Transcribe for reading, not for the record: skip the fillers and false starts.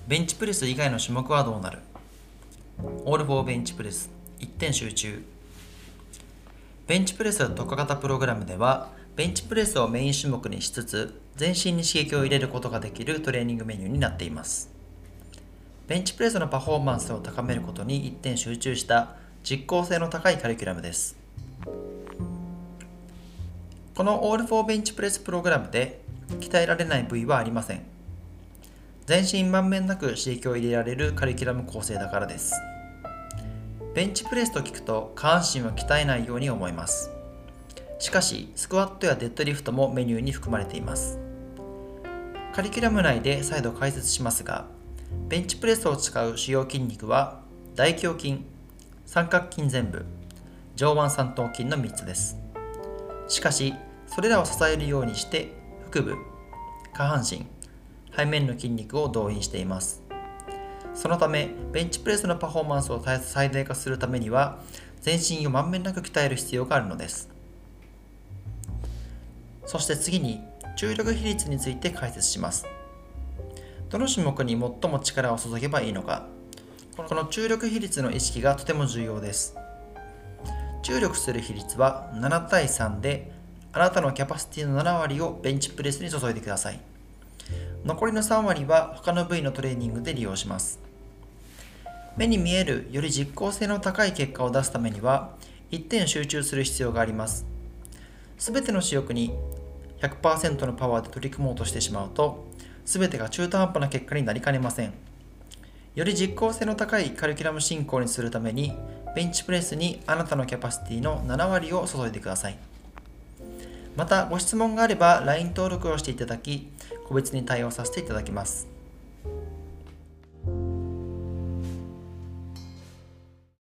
ベンチプレス以外の種目はどうなる？オールフォーベンチプレス一点集中。ベンチプレス特化型プログラムでは、ベンチプレスをメイン種目にしつつ全身に刺激を入れることができるトレーニングメニューになっています。ベンチプレスのパフォーマンスを高めることに一点集中した実効性の高いカリキュラムです。このオールフォーベンチプレスプログラムで鍛えられない部位はありません。全身満面なく刺激を入れられるカリキュラム構成だからです。ベンチプレスと聞くと下半身は鍛えないように思います。しかしスクワットやデッドリフトもメニューに含まれています。カリキュラム内で再度解説しますが、ベンチプレスを使う主要筋肉は大胸筋、三角筋前部、上腕三頭筋の3つです。しかしそれらを支えるようにして腹部、下半身、背面の筋肉を動員しています。そのためベンチプレスのパフォーマンスを最大化するためには全身を満面なく鍛える必要があるのです。そして次に注力比率について解説します。どの種目に最も力を注げばいいのか、この注力比率の意識がとても重要です。注力する比率は7対3で、あなたのキャパシティの7割をベンチプレスに注いでください。残りの3割は他の部位のトレーニングで利用します。目に見えるより実効性の高い結果を出すためには一点集中する必要があります。すべての視力に 100% のパワーで取り組もうとしてしまうと、すべてが中途半端な結果になりかねません。より実効性の高いカリキュラム進行にするために、ベンチプレスにあなたのキャパシティの7割を注いでください。またご質問があれば LINE 登録をしていただき、個別に対応させていただきます。